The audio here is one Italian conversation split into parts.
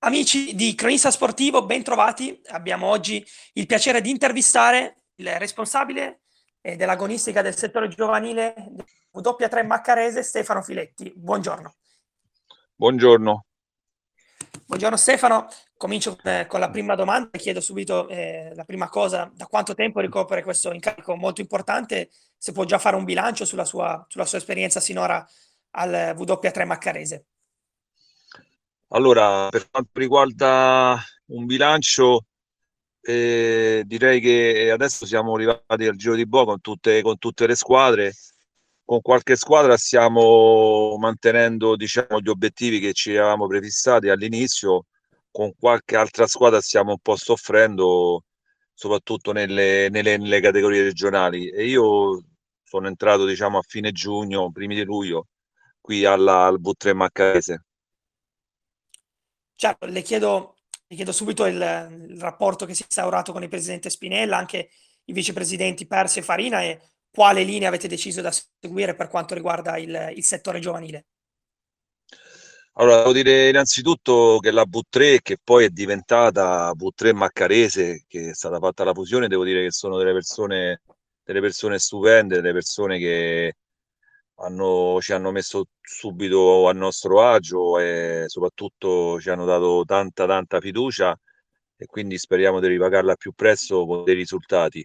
Amici di Cronista Sportivo, ben trovati. Abbiamo oggi il piacere di intervistare il responsabile dell'agonistica del settore giovanile del W3 Maccarese, Stefano Filetti. Buongiorno. Buongiorno. Buongiorno Stefano, comincio con la prima domanda e chiedo subito la prima cosa, da quanto tempo ricopre questo incarico molto importante, se può già fare un bilancio sulla sua esperienza sinora al W3 Maccarese. Allora, per quanto riguarda un bilancio, direi che adesso siamo arrivati al giro di boa con tutte le squadre. Con qualche squadra stiamo mantenendo, diciamo, gli obiettivi che ci eravamo prefissati all'inizio. Con qualche altra squadra stiamo un po' soffrendo, soprattutto nelle categorie regionali. E io sono entrato, diciamo, a fine giugno, primi di luglio, qui al V3 Maccarese. Certo, le chiedo subito il rapporto che si è instaurato con il presidente Spinella, anche i vicepresidenti Persi e Farina, e quale linea avete deciso da seguire per quanto riguarda il settore giovanile. Allora, devo dire innanzitutto che la V3, che poi è diventata V3 Maccarese, che è stata fatta la fusione, devo dire che sono delle persone stupende, delle persone che ci hanno messo subito a nostro agio e soprattutto ci hanno dato tanta, tanta fiducia e quindi speriamo di ripagarla al più presto con dei risultati.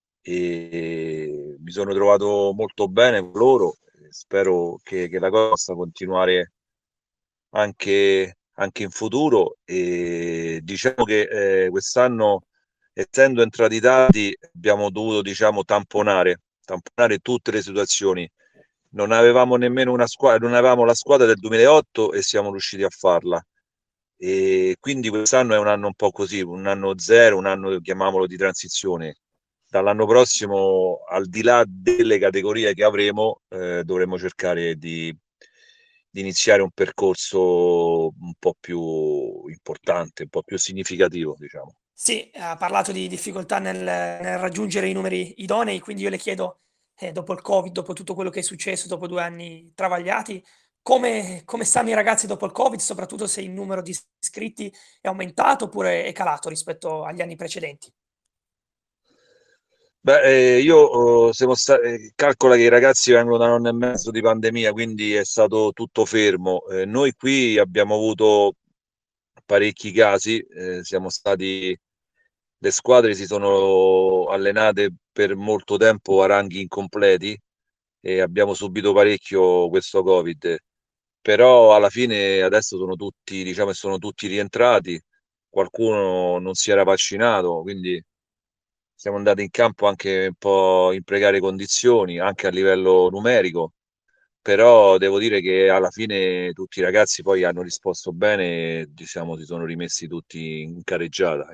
E mi sono trovato molto bene con loro, spero che la cosa possa continuare anche in futuro e diciamo che quest'anno, essendo entrati tardi, abbiamo dovuto, diciamo, tamponare tutte le situazioni. Non avevamo nemmeno una squadra, non avevamo la squadra del 2008 e siamo riusciti a farla. E quindi quest'anno è un anno un po' così, un anno zero, un anno, chiamiamolo, di transizione. Dall'anno prossimo, al di là delle categorie che avremo, dovremo cercare di iniziare un percorso un po' più importante, un po' più significativo, diciamo. Sì, ha parlato di difficoltà nel raggiungere i numeri idonei, quindi io le chiedo, dopo il Covid, dopo tutto quello che è successo, dopo 2 anni travagliati, come stanno i ragazzi dopo il Covid, soprattutto se il numero di iscritti è aumentato oppure è calato rispetto agli anni precedenti. Beh, io calcola che i ragazzi vengono da un anno e mezzo di pandemia, quindi è stato tutto fermo. Noi qui abbiamo avuto parecchi casi, le squadre si sono allenate per molto tempo a ranghi incompleti e abbiamo subito parecchio questo Covid. Però alla fine adesso sono tutti, diciamo, che sono tutti rientrati, qualcuno non si era vaccinato, quindi siamo andati in campo anche un po' in precarie condizioni, anche a livello numerico, però devo dire che alla fine tutti i ragazzi poi hanno risposto bene, e, diciamo, si sono rimessi tutti in careggiata.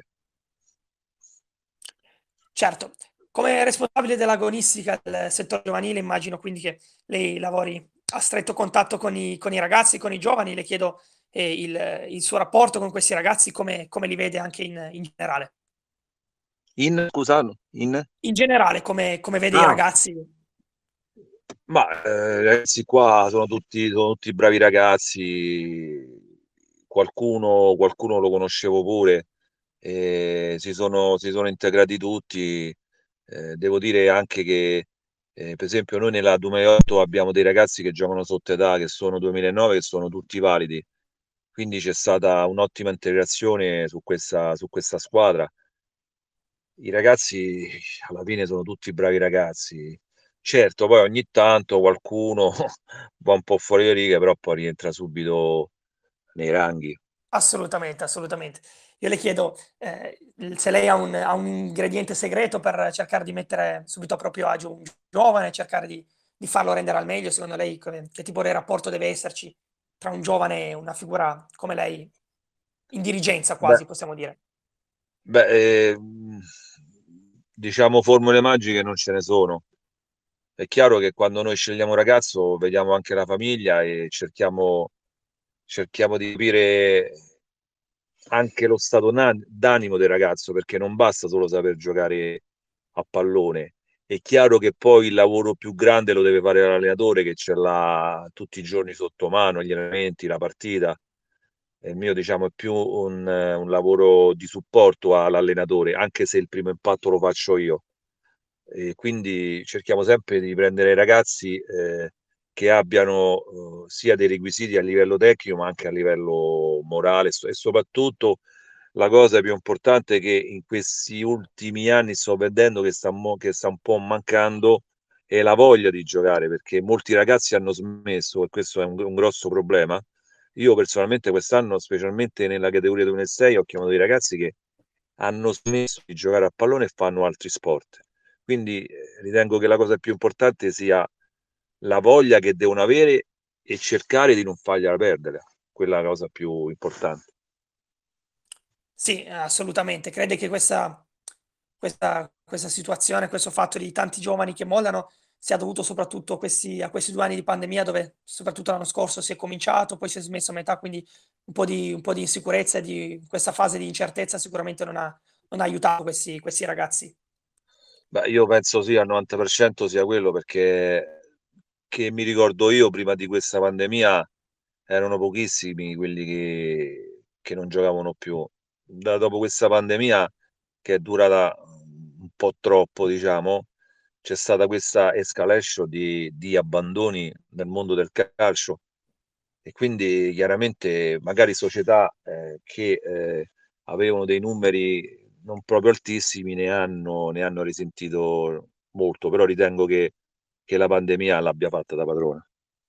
Certo, come responsabile dell'agonistica del settore giovanile, immagino quindi che lei lavori a stretto contatto con i ragazzi, con i giovani. Le chiedo il suo rapporto con questi ragazzi, come li vede anche in generale. Scusa, in? In generale, come vede i Ah, ragazzi. ma ragazzi qua sono tutti bravi ragazzi, qualcuno lo conoscevo pure, si sono integrati tutti. Devo dire anche che, per esempio, noi nella 2008 abbiamo dei ragazzi che giocano sotto età, che sono 2009, che sono tutti validi, quindi c'è stata un'ottima integrazione su questa squadra. I ragazzi alla fine sono tutti bravi ragazzi. Certo, poi ogni tanto qualcuno va un po' fuori le righe, però poi rientra subito nei ranghi. Assolutamente, assolutamente. Io le chiedo, se lei ha un ingrediente segreto per cercare di mettere subito a proprio agio un giovane, cercare di farlo rendere al meglio. Secondo lei che tipo di rapporto deve esserci tra un giovane e una figura come lei, in dirigenza Beh, quasi, possiamo dire? beh, diciamo formule magiche non ce ne sono. È chiaro che quando noi scegliamo un ragazzo vediamo anche la famiglia e cerchiamo di capire anche lo stato d'animo del ragazzo, perché non basta solo saper giocare a pallone. È chiaro che poi il lavoro più grande lo deve fare l'allenatore che ce l'ha tutti i giorni sotto mano, gli allenamenti, la partita. Il mio, diciamo, è più un lavoro di supporto all'allenatore, anche se il primo impatto lo faccio io. E quindi cerchiamo sempre di prendere i ragazzi che abbiano sia dei requisiti a livello tecnico, ma anche a livello morale e soprattutto la cosa più importante che in questi ultimi anni sto vedendo che sta un po' mancando è la voglia di giocare, perché molti ragazzi hanno smesso e questo è un grosso problema. Io personalmente quest'anno, specialmente nella categoria 2006, ho chiamato dei ragazzi che hanno smesso di giocare a pallone e fanno altri sport. Quindi ritengo che la cosa più importante sia la voglia che devono avere e cercare di non fargliela perdere. Quella è la cosa più importante. Sì, assolutamente. Crede che questa situazione, questo fatto di tanti giovani che mollano sia dovuto soprattutto a questi 2 anni di pandemia dove soprattutto l'anno scorso si è cominciato, poi si è smesso a metà, quindi un po' di insicurezza e di questa fase di incertezza sicuramente non ha aiutato questi ragazzi. Beh, io penso sì, al 90% sia quello perché che mi ricordo io prima di questa pandemia erano pochissimi quelli che non giocavano più. Dopo questa pandemia, che è durata un po' troppo, diciamo, c'è stata questa escalation di abbandoni nel mondo del calcio e quindi chiaramente magari società che avevano dei numeri non proprio altissimi ne hanno risentito molto, però ritengo che la pandemia l'abbia fatta da padrona.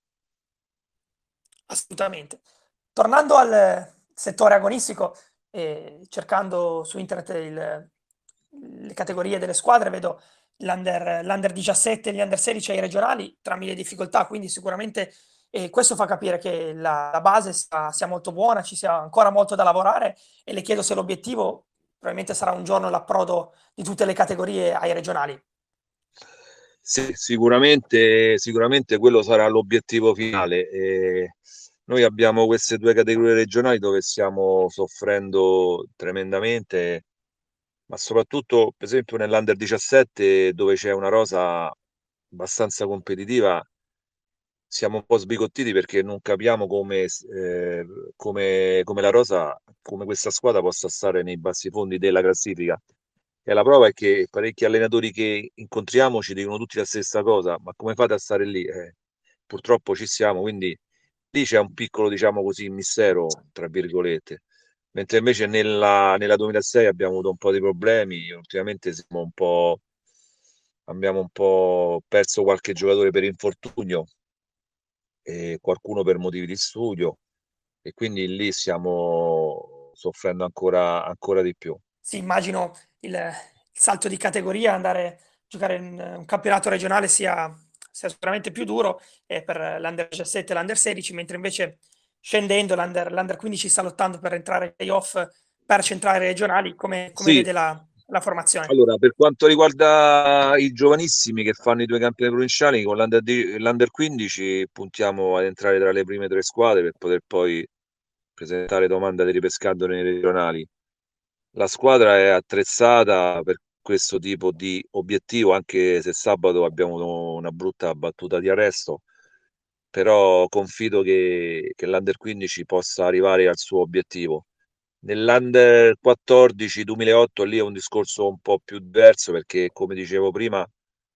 Assolutamente. Tornando al settore agonistico, cercando su internet le categorie delle squadre, vedo l'Under 17 e gli Under 16 ai regionali tra mille difficoltà, quindi sicuramente questo fa capire che la base sia molto buona, ci sia ancora molto da lavorare e le chiedo se l'obiettivo probabilmente sarà un giorno l'approdo di tutte le categorie ai regionali. Sì, sicuramente quello sarà l'obiettivo finale. Noi abbiamo queste due categorie regionali dove stiamo soffrendo tremendamente, ma soprattutto, per esempio, nell'Under 17, dove c'è una rosa abbastanza competitiva, siamo un po' sbigottiti perché non capiamo come la rosa, come questa squadra possa stare nei bassi fondi della classifica. E la prova è che parecchi allenatori che incontriamo ci dicono tutti la stessa cosa, ma come fate a stare lì? Purtroppo ci siamo, quindi lì c'è un piccolo, diciamo così, mistero, tra virgolette. Mentre invece nella 2006 abbiamo avuto un po' di problemi, ultimamente abbiamo un po' perso qualche giocatore per infortunio e qualcuno per motivi di studio e quindi lì stiamo soffrendo ancora di più. Sì, immagino il salto di categoria, andare a giocare in un campionato regionale sia sicuramente più duro per l'Under 17 e l'Under 16, mentre invece scendendo l'Under 15 sta lottando per entrare ai playoff per centrali regionali. Come Sì, vede la formazione? allora per quanto riguarda i giovanissimi che fanno i due campionati provinciali, con l'Under 15 puntiamo ad entrare tra le prime tre squadre per poter poi presentare domanda di ripescaggio nei regionali. La squadra è attrezzata per questo tipo di obiettivo, anche se sabato abbiamo avuto una brutta battuta di arresto, però confido che l'Under 15 possa arrivare al suo obiettivo. Nell'Under 14 2008 lì è un discorso un po' più diverso perché, come dicevo prima,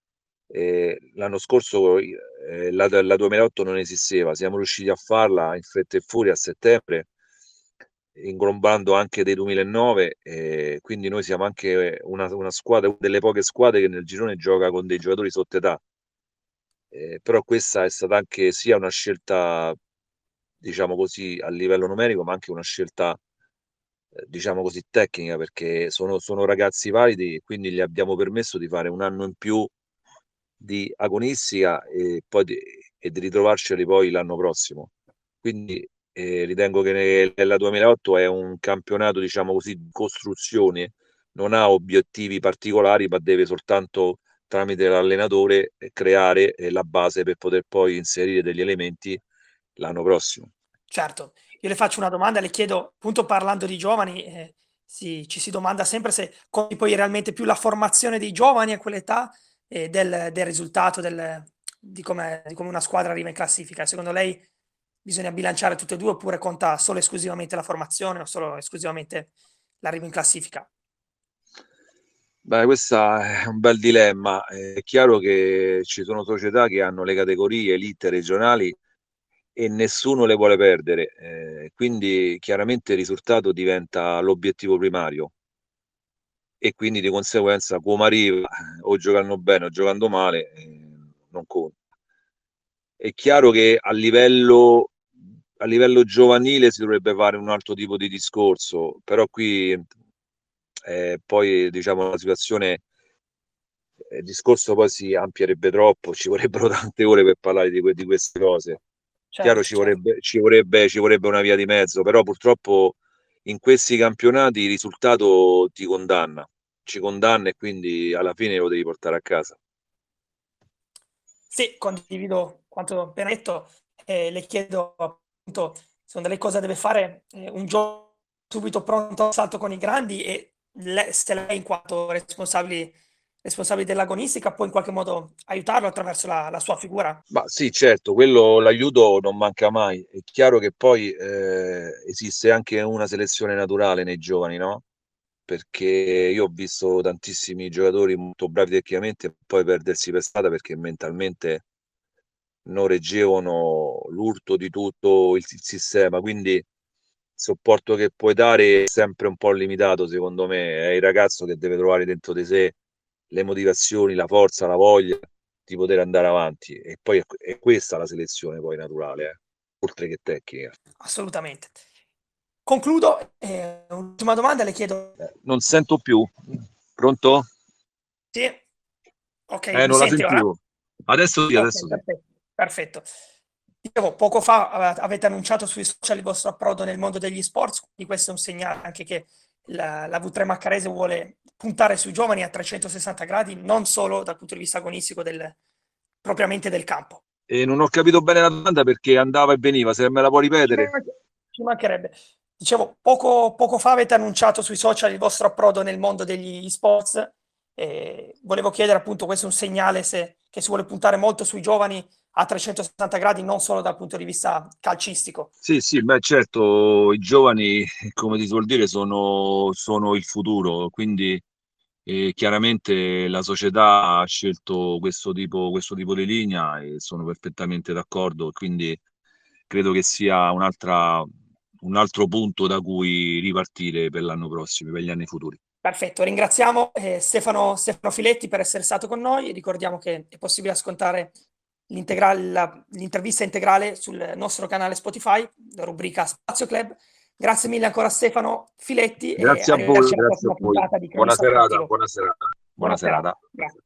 l'anno scorso la 2008 non esisteva, siamo riusciti a farla in fretta e furia a settembre, inglobando anche dei 2009, quindi noi siamo anche una squadra, una delle poche squadre che nel girone gioca con dei giocatori sotto età. Però questa è stata anche sia una scelta, diciamo così, a livello numerico, ma anche una scelta, diciamo così, tecnica, perché sono ragazzi validi e quindi gli abbiamo permesso di fare un anno in più di agonistica e di ritrovarceli poi l'anno prossimo. Quindi ritengo che nella 2008 è un campionato, diciamo così, di costruzione, non ha obiettivi particolari, ma deve soltanto tramite l'allenatore creare la base per poter poi inserire degli elementi l'anno prossimo. Certo, io le faccio una domanda, le chiedo, appunto parlando di giovani, ci si domanda sempre se conti poi realmente più la formazione dei giovani a quell'età del risultato di come una squadra arriva in classifica. Secondo lei bisogna bilanciare tutte e due, oppure conta solo esclusivamente la formazione o solo esclusivamente l'arrivo in classifica? Beh, questo è un bel dilemma. È chiaro che ci sono società che hanno le categorie elite regionali e nessuno le vuole perdere, quindi chiaramente il risultato diventa l'obiettivo primario e quindi di conseguenza come arriva, o giocando bene o giocando male, non conta. È chiaro che a livello giovanile si dovrebbe fare un altro tipo di discorso, però qui poi diciamo la situazione, il discorso poi si amplierebbe troppo, ci vorrebbero tante ore per parlare di queste cose. Chiaro, Certo, certo. ci vorrebbe una via di mezzo, però purtroppo in questi campionati il risultato ti condanna, ci condanna e quindi alla fine lo devi portare a casa. Sì, condivido quanto appena detto e le chiedo appunto, secondo lei cosa deve fare un giovane subito pronto al salto con i grandi e se lei in quanto responsabile dell'agonistica può in qualche modo aiutarlo attraverso la sua figura? Ma sì, certo, quello l'aiuto non manca mai. È chiaro che poi esiste anche una selezione naturale nei giovani, no? Perché io ho visto tantissimi giocatori molto bravi tecnicamente e poi perdersi per strada perché mentalmente non reggevano l'urto di tutto il sistema. Quindi il supporto che puoi dare è sempre un po' limitato, secondo me. È il ragazzo che deve trovare dentro di sé le motivazioni, la forza, la voglia di poter andare avanti. E poi è questa la selezione poi naturale, oltre che tecnica. Assolutamente. Concludo, ultima domanda le chiedo Non sento più. Pronto? sì? Ok, mi Non la sente ora? sentivo. Adesso sì, Ok, adesso sì. perfetto, perfetto. Dicevo, poco fa avete annunciato sui social il vostro approdo nel mondo degli sports, quindi questo è un segnale anche che la V3 Maccarese vuole puntare sui giovani a 360 gradi, non solo dal punto di vista agonistico propriamente del campo. E non ho capito bene la domanda perché andava e veniva, se me la può Ci ripetere? man- ci mancherebbe. Dicevo, poco fa avete annunciato sui social il vostro approdo nel mondo degli sports e volevo chiedere appunto, questo è un segnale che si vuole puntare molto sui giovani a 360 gradi, non solo dal punto di vista calcistico. Sì, sì, beh, certo, i giovani, come ti suol dire, sono il futuro, quindi chiaramente la società ha scelto questo tipo di linea e sono perfettamente d'accordo, quindi credo che sia un altro punto da cui ripartire per l'anno prossimo, per gli anni futuri. Perfetto, ringraziamo Stefano Filetti per essere stato con noi. Ricordiamo che è possibile ascoltare l'intervista integrale sul nostro canale Spotify, la rubrica Spazio Club. Grazie mille ancora a Stefano Filetti e Grazie a voi, arrivederci alla grazie a prossima voi. puntata di Buona Cronista serata, Sportivo. buona serata, buona Buona serata. serata. Grazie.